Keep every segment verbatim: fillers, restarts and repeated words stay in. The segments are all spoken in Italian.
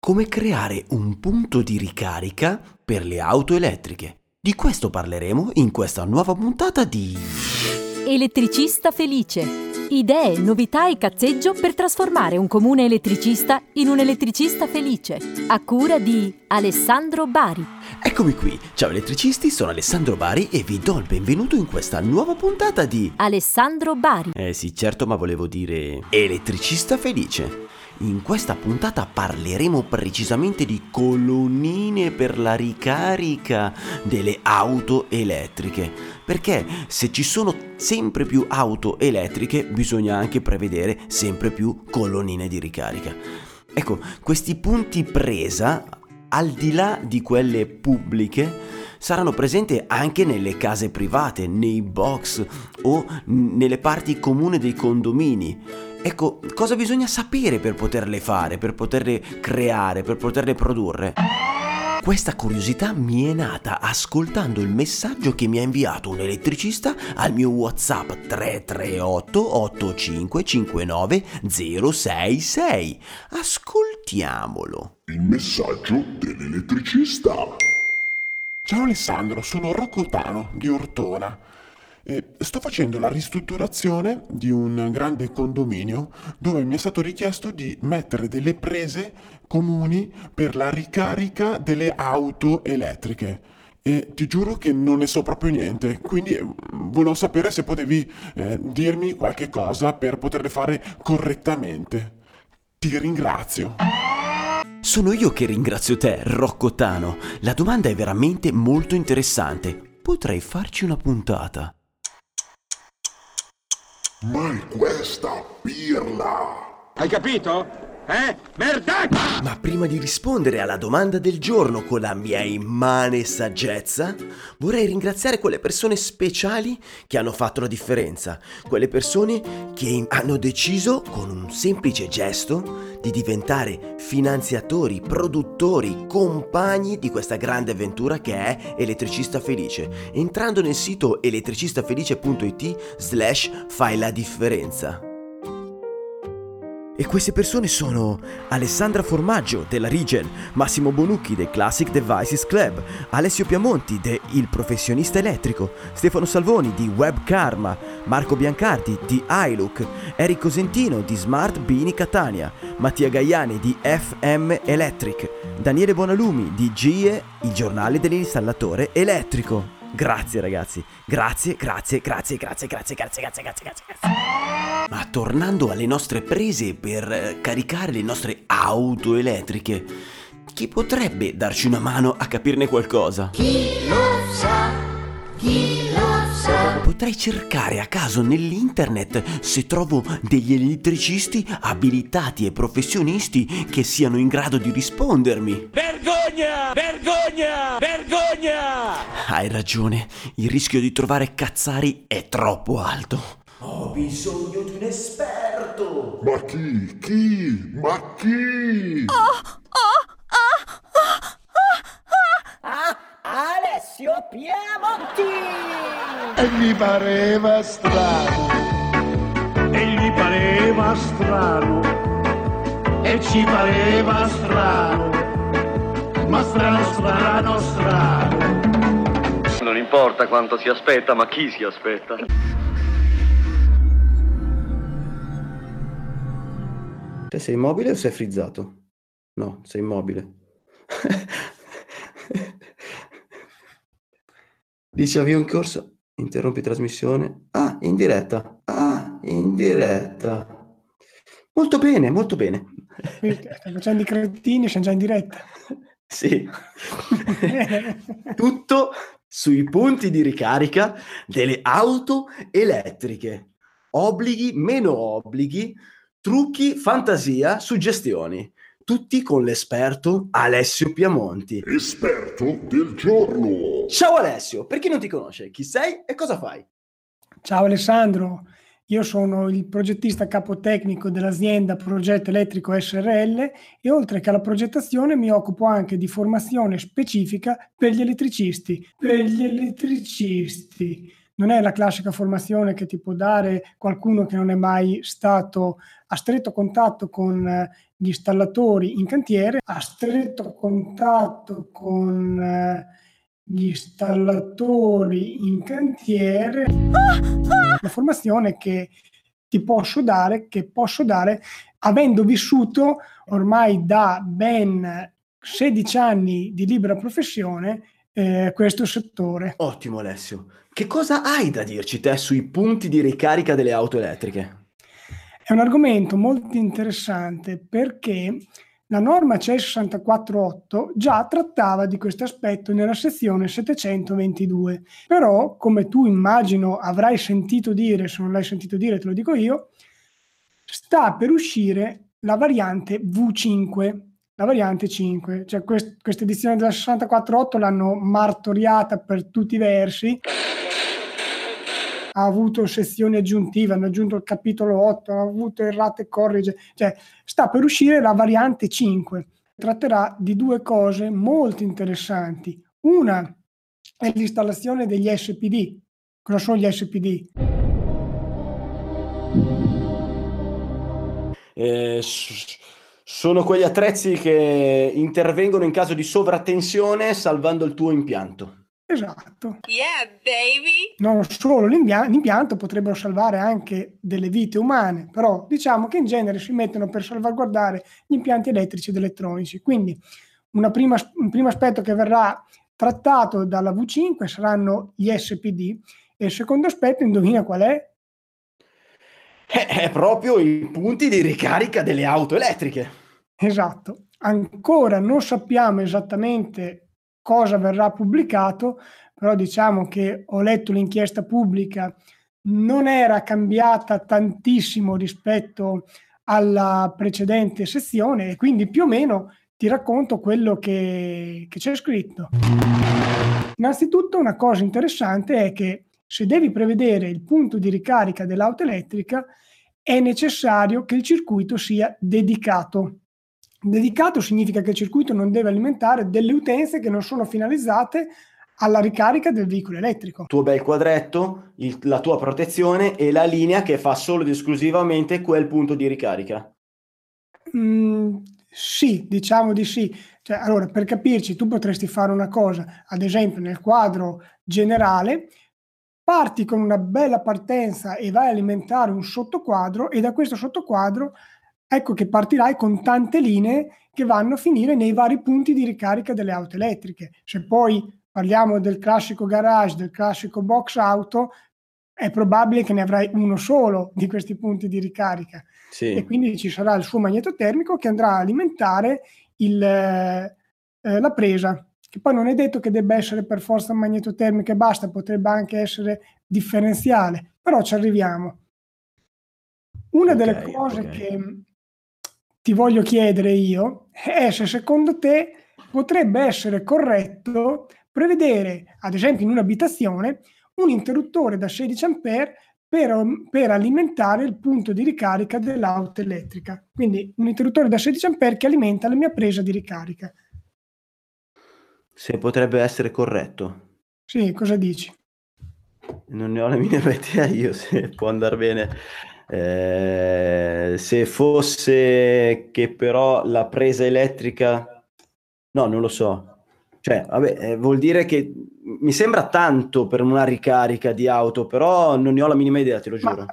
Come creare un punto di ricarica per le auto elettriche. Di questo parleremo in questa nuova puntata di Elettricista felice. Idee, novità e cazzeggio per trasformare un comune elettricista in un elettricista felice. A cura di Alessandro Bari. Eccomi qui, ciao elettricisti, sono Alessandro Bari e vi do il benvenuto in questa nuova puntata di Alessandro Bari. Eh sì, certo, ma volevo dire elettricista felice. In questa puntata parleremo precisamente di colonnine per la ricarica delle auto elettriche. Perché se ci sono sempre più auto elettriche, bisogna anche prevedere sempre più colonnine di ricarica. Ecco, questi punti presa, al di là di quelle pubbliche, saranno presenti anche nelle case private, nei box o nelle parti comuni dei condomini. Ecco, cosa bisogna sapere per poterle fare, per poterle creare, per poterle produrre? Questa curiosità mi è nata ascoltando il messaggio che mi ha inviato un elettricista al mio WhatsApp tre tre otto otto cinque cinque nove zero sei sei. Ascoltiamolo. Il messaggio dell'elettricista. Ciao Alessandro, sono Rocco Tano di Ortona. E sto facendo la ristrutturazione di un grande condominio dove mi è stato richiesto di mettere delle prese comuni per la ricarica delle auto elettriche. E ti giuro che non ne so proprio niente, quindi eh, volevo sapere se potevi eh, dirmi qualche cosa per poterle fare correttamente. Ti ringrazio. Sono io che ringrazio te, Rocco Tano. La domanda è veramente molto interessante. Potrei farci una puntata. Ma è questa pirla! Hai capito? Eh? Merda! Ma prima di rispondere alla domanda del giorno con la mia immane saggezza, vorrei ringraziare quelle persone speciali che hanno fatto la differenza, quelle persone che hanno deciso con un semplice gesto di diventare finanziatori, produttori, compagni di questa grande avventura che è Elettricista Felice, entrando nel sito elettricistafelice punto it slash fai la differenza. E queste persone sono Alessandra Formaggio della Regen, Massimo Bonucchi del Classic Devices Club, Alessio Piamonti de Il Professionista Elettrico, Stefano Salvoni di Web Karma, Marco Biancardi di iLook, Eric Cosentino di Smart Bini Catania, Mattia Gaiani di F M Electric, Daniele Bonalumi di G I E, il giornale dell'installatore elettrico. Grazie ragazzi, grazie, grazie, grazie, grazie, grazie, grazie, grazie, grazie, grazie, grazie. Ma tornando alle nostre prese per caricare le nostre auto elettriche, chi potrebbe darci una mano a capirne qualcosa? Chi lo sa, chi lo sa. Potrei cercare a caso nell'internet se trovo degli elettricisti abilitati e professionisti che siano in grado di rispondermi. Vergogna! Vergogna! Vergogna! Hai ragione, il rischio di trovare cazzari è troppo alto. Ho bisogno di un esperto! Ma chi? Chi? Ma chi? Alessio Piamonti! E gli pareva strano, e gli pareva strano, e ci pareva strano, ma strano, strano, strano. Non importa quanto si aspetta, ma chi si aspetta. Te sei immobile o sei frizzato? No, sei immobile. Dici avvio in corso, interrompi trasmissione. Ah, in diretta. Ah, in diretta. Molto bene, molto bene. Stai facendo i cretini, siamo già in diretta. Sì. Tutto sui punti di ricarica delle auto elettriche. Obblighi, meno obblighi, trucchi, fantasia, suggestioni. Tutti con l'esperto Alessio Piamonti. Esperto del giorno. Ciao Alessio, per chi non ti conosce, chi sei e cosa fai? Ciao Alessandro, io sono il progettista capotecnico dell'azienda Progetto Elettrico S R L e oltre che alla progettazione mi occupo anche di formazione specifica per gli elettricisti. Per gli elettricisti. Non è la classica formazione che ti può dare qualcuno che non è mai stato a stretto contatto con gli installatori in cantiere, a stretto contatto con eh, gli installatori in cantiere, la formazione che ti posso dare, che posso dare avendo vissuto ormai da ben sedici anni di libera professione eh, questo settore. Ottimo Alessio. Che cosa hai da dirci te sui punti di ricarica delle auto elettriche? È un argomento molto interessante perché la norma C E sessantaquattro otto già trattava di questo aspetto nella sezione settecentoventidue, però come tu immagino avrai sentito dire, se non l'hai sentito dire te lo dico io, sta per uscire la variante V cinque, la variante cinque, cioè quest- questa edizione della sessantaquattro otto l'hanno martoriata per tutti i versi, ha avuto sezioni aggiuntive, hanno aggiunto il capitolo otto, ha avuto errate corrige, cioè sta per uscire la variante cinque. Tratterà di due cose molto interessanti. Una è l'installazione degli S P D. Cosa sono gli S P D? Eh, s- sono quegli attrezzi che intervengono in caso di sovratensione salvando il tuo impianto. Esatto. Yeah, baby! Non solo l'impia- l'impianto, potrebbero salvare anche delle vite umane, però diciamo che in genere si mettono per salvaguardare gli impianti elettrici ed elettronici. Quindi una prima, un primo aspetto che verrà trattato dalla V cinque saranno gli S P D e il secondo aspetto, indovina qual è? È, è proprio i punti di ricarica delle auto elettriche. Esatto. Ancora non sappiamo esattamente cosa verrà pubblicato, però diciamo che ho letto l'inchiesta pubblica, non era cambiata tantissimo rispetto alla precedente sezione e quindi più o meno ti racconto quello che, che c'è scritto. Innanzitutto una cosa interessante è che se devi prevedere il punto di ricarica dell'auto elettrica è necessario che il circuito sia dedicato. Dedicato significa che il circuito non deve alimentare delle utenze che non sono finalizzate alla ricarica del veicolo elettrico. Il tuo bel quadretto, il- la tua protezione e la linea che fa solo ed esclusivamente quel punto di ricarica. Mm, sì, diciamo di sì. Cioè, allora, per capirci, tu potresti fare una cosa, ad esempio nel quadro generale, parti con una bella partenza e vai a alimentare un sottoquadro e da questo sottoquadro ecco che partirai con tante linee che vanno a finire nei vari punti di ricarica delle auto elettriche. Se poi parliamo del classico garage, del classico box auto, è probabile che ne avrai uno solo di questi punti di ricarica. Sì. E quindi ci sarà il suo magnetotermico che andrà a alimentare il, eh, la presa, che poi non è detto che debba essere per forza magnetotermica e basta, potrebbe anche essere differenziale, però ci arriviamo. Una Ok, delle cose ok. che ti voglio chiedere io è se secondo te potrebbe essere corretto prevedere, ad esempio in un'abitazione, un interruttore da sedici ampere per, per alimentare il punto di ricarica dell'auto elettrica. Quindi un interruttore da sedici ampere che alimenta la mia presa di ricarica. Se potrebbe essere corretto. Sì, cosa dici? Non ne ho la minima idea io se può andare bene. Eh, se fosse che però la presa elettrica... No, non lo so. Cioè, vabbè, eh, vuol dire che mi sembra tanto per una ricarica di auto, però non ne ho la minima idea, te lo giuro.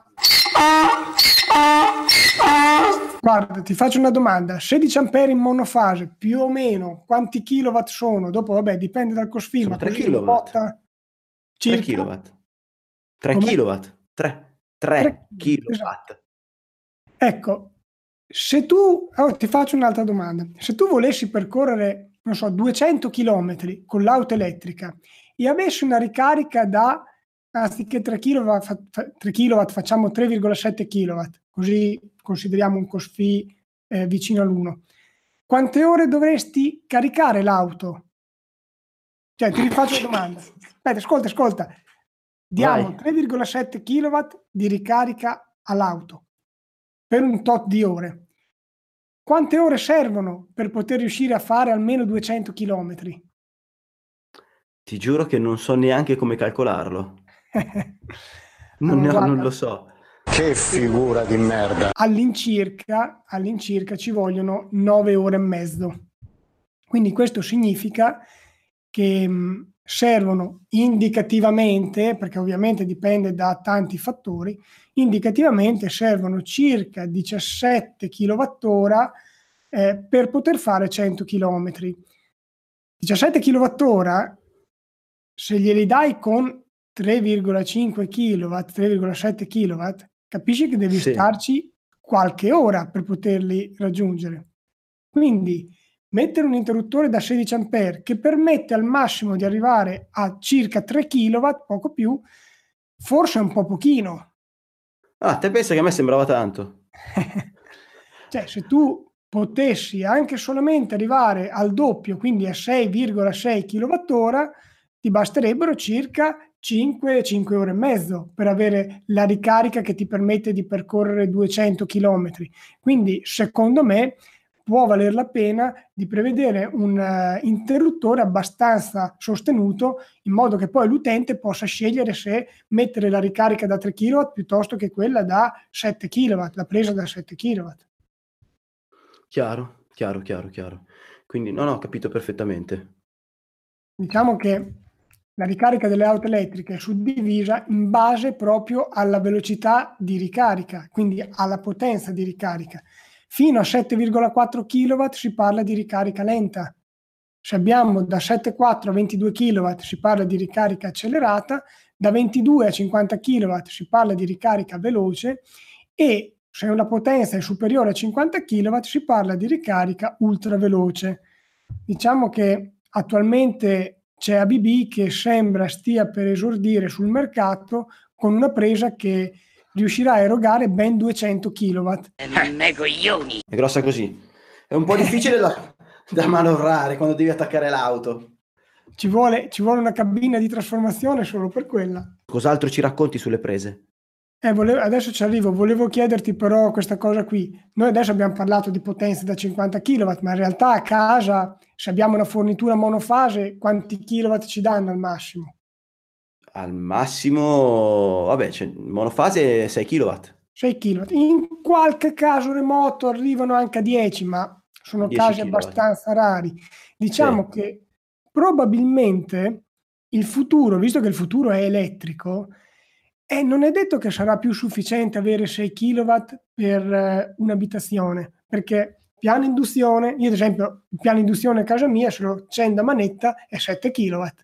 Guarda, ti faccio una domanda. sedici ampere in monofase, più o meno, quanti kilowatt sono? Dopo, vabbè, dipende dal cosfilm. Sono tre così kilowatt. botta tre circa kilowatt. tre Come? kilowatt. tre. tre tre kilowatt. Esatto. Ecco, se tu... oh, ti faccio un'altra domanda. Se tu volessi percorrere, non so, duecento chilometri con l'auto elettrica e avessi una ricarica da, anziché tre kilowatt, fa- fa- tre kilowatt facciamo tre virgola sette kilowatt, così consideriamo un cosfi eh, vicino all'uno. Quante ore dovresti caricare l'auto? Cioè, ti rifaccio la domanda. Aspetta, ascolta, ascolta. Diamo Vai. tre virgola sette kilowatt di ricarica all'auto per un tot di ore. Quante ore servono per poter riuscire a fare almeno duecento chilometri? Ti giuro che non so neanche come calcolarlo. Non, Allora, ne ho- non guarda, lo so. Che figura di merda. All'incirca, all'incirca ci vogliono nove ore e mezzo. Quindi questo significa che mh, servono indicativamente, perché ovviamente dipende da tanti fattori, indicativamente servono circa diciassette chilowattora eh, per poter fare cento chilometri. diciassette chilowattora, se glieli dai con tre virgola cinque chilowatt, tre virgola sette chilowatt, capisci che devi Sì. starci qualche ora per poterli raggiungere. Quindi mettere un interruttore da sedici ampere che permette al massimo di arrivare a circa tre chilowatt, poco più, forse è un po' pochino. Ah, te pensa che a me sembrava tanto? Cioè, se tu potessi anche solamente arrivare al doppio, quindi a sei virgola sei chilowattora, ti basterebbero circa cinque, cinque ore e mezzo per avere la ricarica che ti permette di percorrere duecento chilometri. Quindi, secondo me, può valer la pena di prevedere un uh, interruttore abbastanza sostenuto, in modo che poi l'utente possa scegliere se mettere la ricarica da tre chilowatt piuttosto che quella da sette chilowatt, la presa da sette chilowatt. Chiaro, chiaro, chiaro, chiaro. Quindi, no, no, ho capito perfettamente. Diciamo che la ricarica delle auto elettriche è suddivisa in base proprio alla velocità di ricarica, quindi alla potenza di ricarica. Fino a sette virgola quattro chilowatt si parla di ricarica lenta. Se abbiamo da sette virgola quattro a ventidue chilowatt si parla di ricarica accelerata, da ventidue a cinquanta chilowatt si parla di ricarica veloce e se la potenza è superiore a cinquanta chilowatt si parla di ricarica ultraveloce. Diciamo che attualmente c'è A B B che sembra stia per esordire sul mercato con una presa che riuscirà a erogare ben duecento chilowatt. Me coglioni! È grossa così. È un po' difficile da, da manovrare quando devi attaccare l'auto. Ci vuole, ci vuole una cabina di trasformazione solo per quella. Cos'altro ci racconti sulle prese? Eh, volevo, adesso ci arrivo, volevo chiederti però questa cosa qui. Noi adesso abbiamo parlato di potenze da cinquanta chilowatt, ma in realtà a casa, se abbiamo una fornitura monofase, quanti kilowatt ci danno al massimo? Al massimo, vabbè, c'è monofase sei chilowatt. sei chilowatt. In qualche caso remoto arrivano anche a dieci, ma sono dieci casi chilowatt. abbastanza rari. Diciamo Sì. che probabilmente il futuro, visto che il futuro è elettrico, e non è detto che sarà più sufficiente avere sei chilowatt per eh, un'abitazione, perché piano induzione, io ad esempio il piano induzione a casa mia se lo accendo a manetta è sette chilowatt.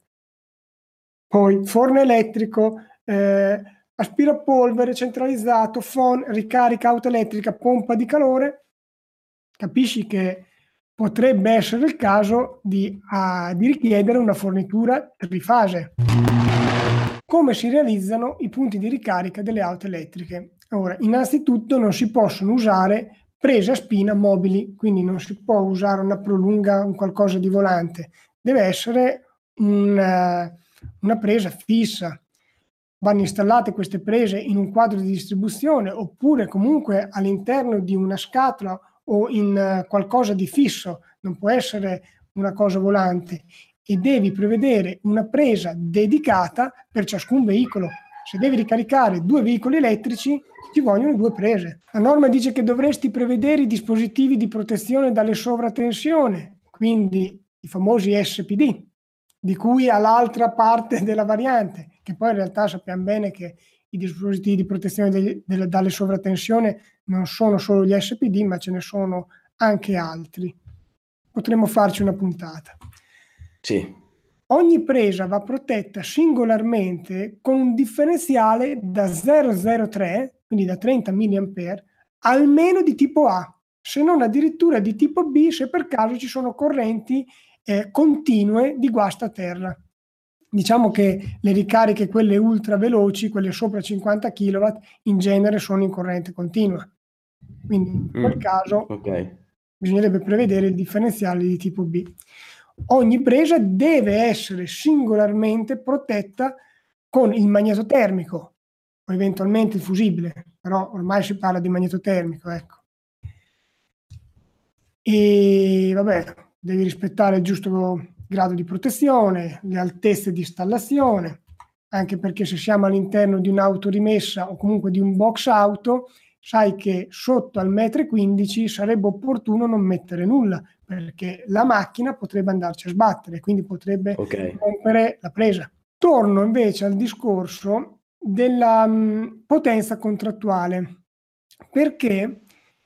Poi forno elettrico, eh, aspirapolvere centralizzato, phon, ricarica auto elettrica, pompa di calore, capisci che potrebbe essere il caso di, uh, di richiedere una fornitura trifase. Come si realizzano i punti di ricarica delle auto elettriche? Ora, innanzitutto non si possono usare prese a spina mobili, quindi non si può usare una prolunga, un qualcosa di volante, deve essere una, una presa fissa. Vanno installate queste prese in un quadro di distribuzione oppure comunque all'interno di una scatola o in qualcosa di fisso, non può essere una cosa volante. E devi prevedere una presa dedicata per ciascun veicolo. Se devi ricaricare due veicoli elettrici, ci vogliono due prese. La norma dice che dovresti prevedere i dispositivi di protezione dalle sovratensione, quindi i famosi S P D, di cui all'altra parte della variante, che poi in realtà sappiamo bene che i dispositivi di protezione de- de- dalle sovratensione non sono solo gli S P D, ma ce ne sono anche altri. Potremmo farci una puntata. Sì. Ogni presa va protetta singolarmente con un differenziale da zero virgola zero tre, quindi da trenta milliampere, almeno di tipo A, se non addirittura di tipo B se per caso ci sono correnti eh, continue di guasta a terra. Diciamo che le ricariche, quelle ultra veloci, quelle sopra cinquanta chilowatt, in genere sono in corrente continua. Quindi in quel Mm, caso ok. bisognerebbe prevedere il differenziale di tipo B. Ogni presa deve essere singolarmente protetta con il magnetotermico o eventualmente il fusibile, però ormai si parla di magnetotermico, ecco. E vabbè, devi rispettare il giusto grado di protezione, le altezze di installazione, anche perché se siamo all'interno di un'auto rimessa o comunque di un box auto, sai che sotto al metro e quindici sarebbe opportuno non mettere nulla, perché la macchina potrebbe andarci a sbattere, quindi potrebbe Ok. rompere la presa. Torno invece al discorso della mh, potenza contrattuale, perché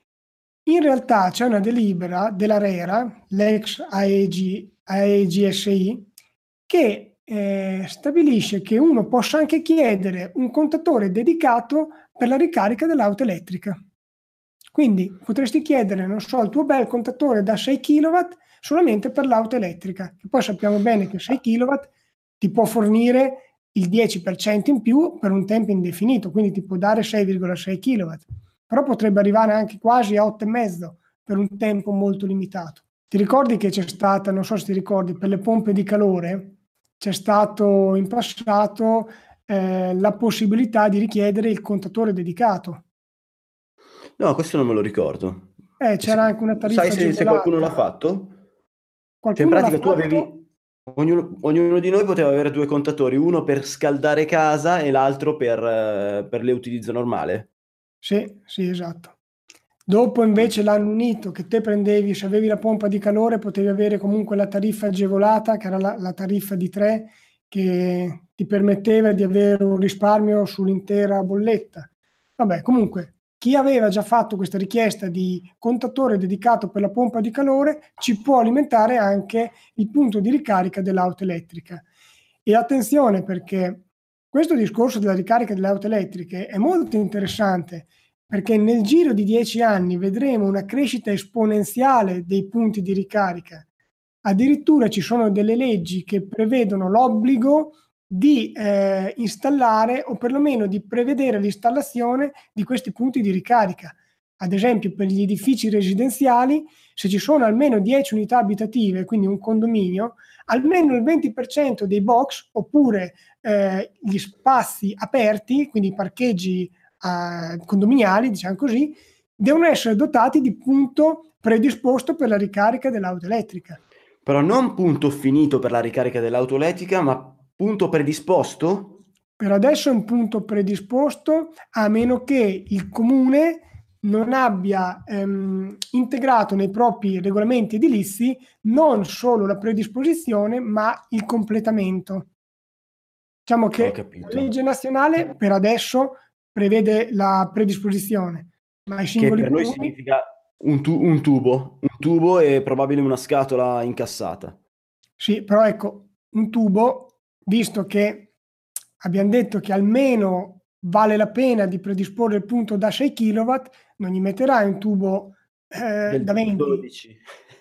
in realtà c'è una delibera dell'ARERA, l'ex A E G, A E G S I, che eh, stabilisce che uno possa anche chiedere un contatore dedicato per la ricarica dell'auto elettrica. Quindi potresti chiedere, non so, il tuo bel contatore da sei chilowatt solamente per l'auto elettrica, che poi sappiamo bene che sei chilowatt ti può fornire il dieci per cento in più per un tempo indefinito, quindi ti può dare sei virgola sei chilowatt, però potrebbe arrivare anche quasi a otto virgola cinque per un tempo molto limitato. Ti ricordi che c'è stata, non so se ti ricordi, per le pompe di calore, c'è stato in passato eh, la possibilità di richiedere il contatore dedicato. No, questo non me lo ricordo. Eh, c'era anche una tariffa Sai se, se agevolata. qualcuno l'ha fatto? Qualcuno Cioè in pratica l'ha tu fatto? avevi, ognuno, ognuno di noi poteva avere due contatori, uno per scaldare casa e l'altro per, eh, per l'utilizzo normale. Sì, sì, esatto. Dopo invece l'hanno unito, che te prendevi, se avevi la pompa di calore, potevi avere comunque la tariffa agevolata, che era la, la tariffa di tre, che ti permetteva di avere un risparmio sull'intera bolletta. Vabbè, comunque, chi aveva già fatto questa richiesta di contatore dedicato per la pompa di calore ci può alimentare anche il punto di ricarica dell'auto elettrica. E attenzione, perché questo discorso della ricarica delle auto elettriche è molto interessante, perché nel giro di dieci anni vedremo una crescita esponenziale dei punti di ricarica. Addirittura ci sono delle leggi che prevedono l'obbligo di eh, installare o perlomeno di prevedere l'installazione di questi punti di ricarica. Ad esempio, per gli edifici residenziali, se ci sono almeno dieci unità abitative, quindi un condominio, almeno il venti per cento dei box oppure eh, gli spazi aperti, quindi i parcheggi eh, condominiali, diciamo così, devono essere dotati di punto predisposto per la ricarica dell'auto elettrica. Però non punto finito per la ricarica dell'auto elettrica, ma punto predisposto? Per adesso è un punto predisposto, a meno che il comune non abbia ehm, integrato nei propri regolamenti edilizi non solo la predisposizione, ma il completamento. Diciamo che la legge nazionale per adesso prevede la predisposizione, ma i singoli che per noi comuni... significa un, tu- un tubo, un tubo e probabilmente una scatola incassata. Sì, però ecco, un tubo, visto che abbiamo detto che almeno vale la pena di predisporre il punto da sei chilowatt, non gli metterai un tubo eh, da venti. dodici.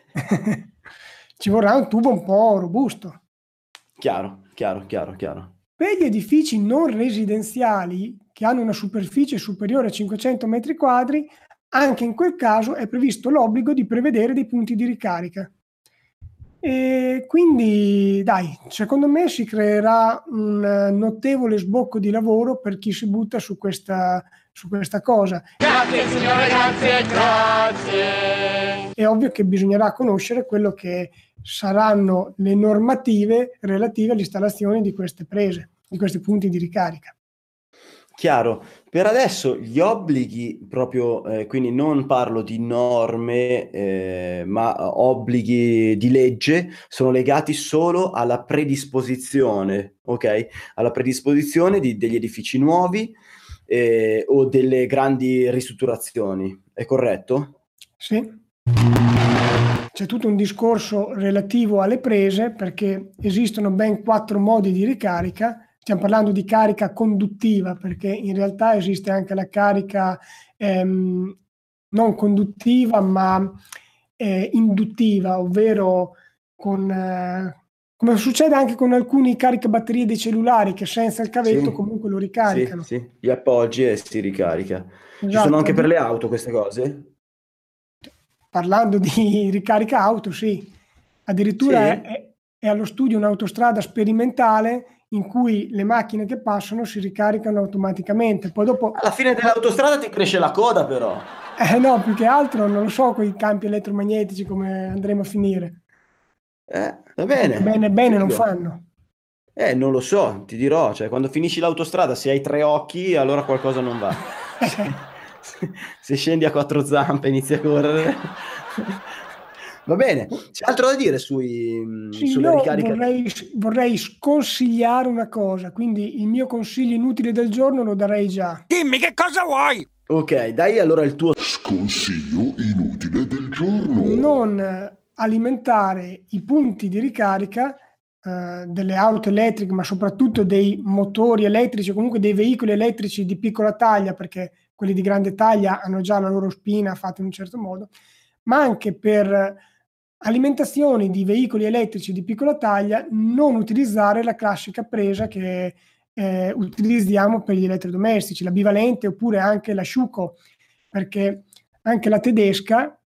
Ci vorrà un tubo un po' robusto. Chiaro, chiaro, chiaro, chiaro. Per gli edifici non residenziali che hanno una superficie superiore a cinquecento metri quadri, anche in quel caso è previsto l'obbligo di prevedere dei punti di ricarica. E quindi, dai, secondo me si creerà un notevole sbocco di lavoro per chi si butta su questa, su questa cosa. Grazie signore, grazie, grazie. È ovvio che bisognerà conoscere quello che saranno le normative relative all'installazione di queste prese, di questi punti di ricarica. Chiaro, per adesso gli obblighi proprio, eh, quindi non parlo di norme, eh, ma obblighi di legge, sono legati solo alla predisposizione, ok? Alla predisposizione di, degli edifici nuovi eh, o delle grandi ristrutturazioni, è corretto? Sì. C'è tutto un discorso relativo alle prese, perché esistono ben quattro modi di ricarica. Stiamo parlando di carica conduttiva, perché in realtà esiste anche la carica ehm, non conduttiva, ma eh, induttiva, ovvero con, eh, come succede anche con alcuni caricabatterie dei cellulari, che senza il cavetto Sì. comunque lo ricaricano. Sì, sì, li appoggi e si ricarica. Ci Esatto. sono anche per le auto queste cose? Parlando di ricarica auto, sì. Addirittura Sì? è, è allo studio un'autostrada sperimentale in cui le macchine che passano si ricaricano automaticamente. Poi dopo... Alla fine dell'autostrada ti cresce la coda, però. Eh no, più che altro non lo so con i campi elettromagnetici come andremo a finire. Eh, va bene. Bene, bene non Figo. fanno. Eh, non lo so, ti dirò, cioè quando finisci l'autostrada se hai tre occhi allora qualcosa non va. se, se scendi a quattro zampe inizi a correre. Va bene, c'è altro da dire sui, Sì, sulle io ricariche? vorrei, vorrei sconsigliare una cosa, quindi il mio consiglio inutile del giorno lo darei già. Dimmi che cosa vuoi? Ok, dai allora il tuo Sconsiglio inutile del giorno. Non alimentare i punti di ricarica eh, delle auto elettriche, ma soprattutto dei motori elettrici o comunque dei veicoli elettrici di piccola taglia, perché quelli di grande taglia hanno già la loro spina fatta in un certo modo, ma anche per alimentazioni di veicoli elettrici di piccola taglia non utilizzare la classica presa che eh, utilizziamo per gli elettrodomestici, la bivalente oppure anche la Schuko, perché anche la tedesca,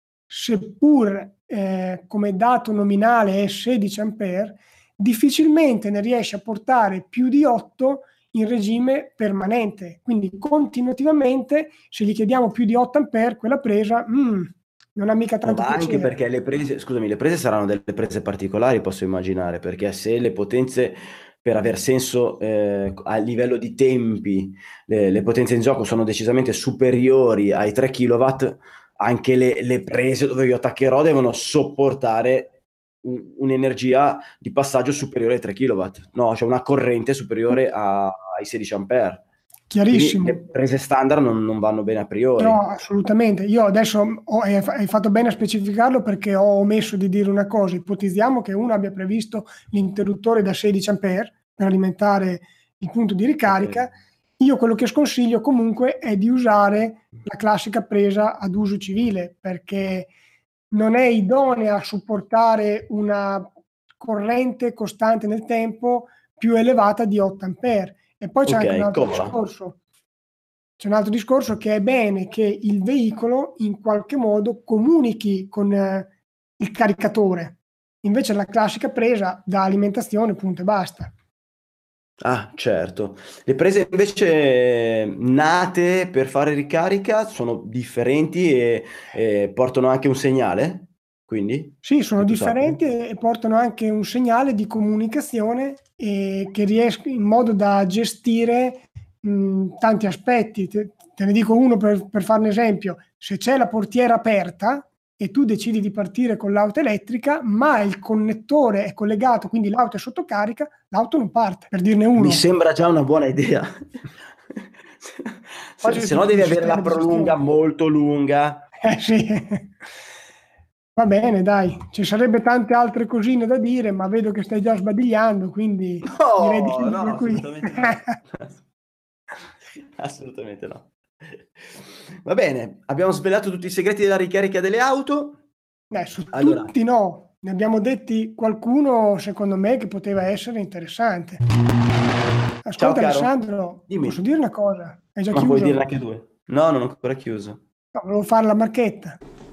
seppur eh, come dato nominale è sedici ampere, difficilmente ne riesce a portare più di otto in regime permanente. Quindi continuativamente, se gli chiediamo più di otto ampere, quella presa mm, non ha mica tanto Ma anche piacere. perché le prese, scusami, le prese saranno delle prese particolari, posso immaginare, perché se le potenze, per aver senso eh, a livello di tempi, le, le potenze in gioco sono decisamente superiori ai tre chilowatt, anche le, le prese dove io attaccherò devono sopportare un, un'energia di passaggio superiore ai tre chilowatt, no, cioè una corrente superiore a, ai sedici ampere. Chiarissimo. Quindi le prese standard non, non vanno bene a priori. No, assolutamente. Io adesso ho, hai hai fatto bene a specificarlo perché ho omesso di dire una cosa. Ipotizziamo che uno abbia previsto l'interruttore da sedici ampere per alimentare il punto di ricarica. Ok. Io quello che sconsiglio comunque è di usare la classica presa ad uso civile, perché non è idonea a supportare una corrente costante nel tempo più elevata di otto ampere. E poi c'è Ok, anche un altro cosa? discorso. C'è un altro discorso che è bene che il veicolo in qualche modo comunichi con eh, il caricatore. Invece la classica presa da alimentazione, punto e basta. Ah, certo. Le prese invece nate per fare ricarica sono differenti e, e portano anche un segnale, quindi? Sì, sono Che tu differenti sappia. e portano anche un segnale di comunicazione e che riesco in modo da gestire mh, tanti aspetti. Te, te ne dico uno per, per fare un esempio. Se c'è la portiera aperta e tu decidi di partire con l'auto elettrica, ma il connettore è collegato, quindi l'auto è sotto carica, l'auto non parte, per dirne uno. Mi sembra già una buona idea. Se, Oggi se no tutto devi un avere la sistema di prolunga gestione. molto lunga. Eh sì. Va bene, dai, ci sarebbe tante altre cosine da dire, ma vedo che stai già sbadigliando, quindi direi di No, chiudere no, qui. assolutamente no. Assolutamente no. Va bene, abbiamo svelato tutti i segreti della ricarica delle auto. Beh, su Allora, tutti no, ne abbiamo detti qualcuno secondo me che poteva essere interessante. ciao Ascolta caro, Alessandro, dimmi. posso dire una cosa? Hai già Ma puoi chiuso? dirne anche due? No, non ho ancora chiuso. No, volevo fare la marchetta.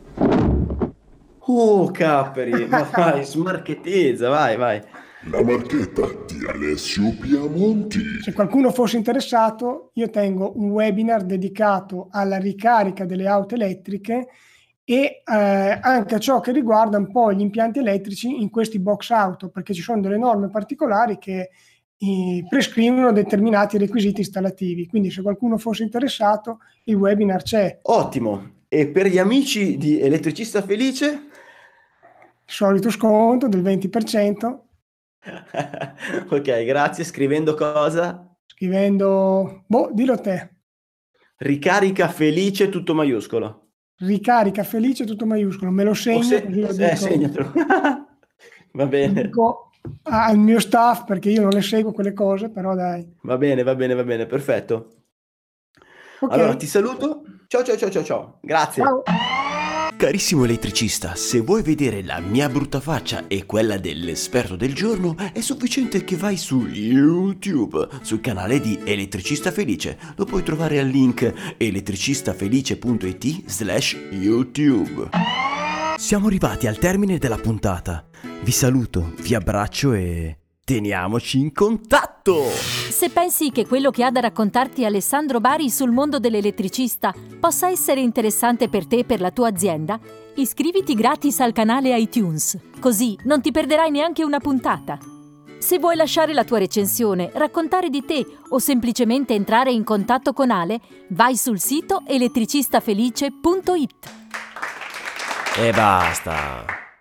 Oh, capperi, ma vai, smarchettizza, vai, vai. La marchetta di Alessio Piamonti. Se qualcuno fosse interessato, io tengo un webinar dedicato alla ricarica delle auto elettriche e eh, anche a ciò che riguarda un po' gli impianti elettrici in questi box auto, perché ci sono delle norme particolari che eh, prescrivono determinati requisiti installativi. Quindi se qualcuno fosse interessato, il webinar c'è. Ottimo. E per gli amici di Elettricista Felice? Solito sconto del venti per cento. Ok, grazie. Scrivendo cosa? Scrivendo, boh, dillo te. Ricarica Felice tutto maiuscolo. Ricarica Felice tutto maiuscolo. Me lo segno, Se- così lo eh, dico. segnatelo. Va Lo bene, dico al mio staff perché io non le seguo quelle cose, però dai. va bene, va bene, va bene, perfetto. Ok, Allora ti saluto. Ciao, ciao, ciao, ciao, ciao. Grazie. ciao. Carissimo elettricista, se vuoi vedere la mia brutta faccia e quella dell'esperto del giorno, è sufficiente che vai su YouTube, sul canale di Elettricista Felice. Lo puoi trovare al link elettricistafelice.it slash YouTube. Siamo arrivati al termine della puntata. Vi saluto, vi abbraccio e teniamoci in contatto! Se pensi che quello che ha da raccontarti Alessandro Bari sul mondo dell'elettricista possa essere interessante per te e per la tua azienda, iscriviti gratis al canale iTunes, così non ti perderai neanche una puntata. Se vuoi lasciare la tua recensione, raccontare di te o semplicemente entrare in contatto con Ale, vai sul sito elettricistafelice punto it. E basta.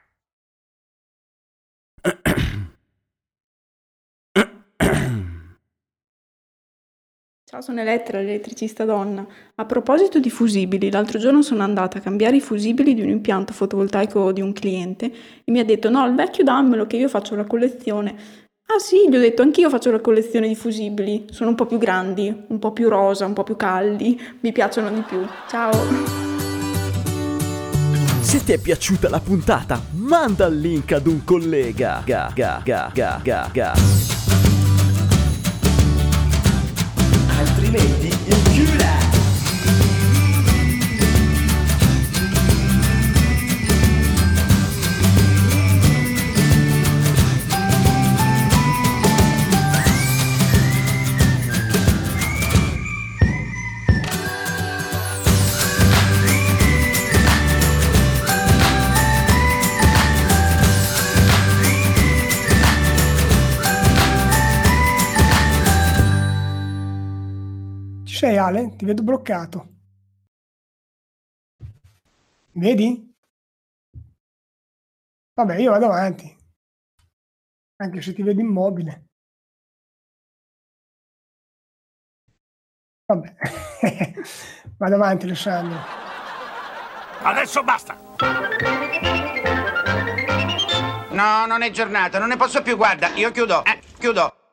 Ciao, sono Elettra, l'elettricista donna. A proposito di fusibili, l'altro giorno sono andata a cambiare i fusibili di un impianto fotovoltaico di un cliente e mi ha detto: no, il vecchio dammelo che io faccio la collezione. Ah sì, gli ho detto, anch'io faccio la collezione di fusibili, sono un po' più grandi, un po' più rosa, un po' più caldi, mi piacciono di più. Ciao! Se ti è piaciuta la puntata, manda il link ad un collega. Ga, ga, ga, ga, ga, ga. Altrimenti inchiuda. Ci sei, Ale? Ti vedo bloccato. Mi vedi? Vabbè, io vado avanti. Anche se ti vedo immobile. Vabbè. Vado avanti, Alessandro. Adesso basta! No, non è giornata, non ne posso più, guarda, io chiudo, eh, chiudo.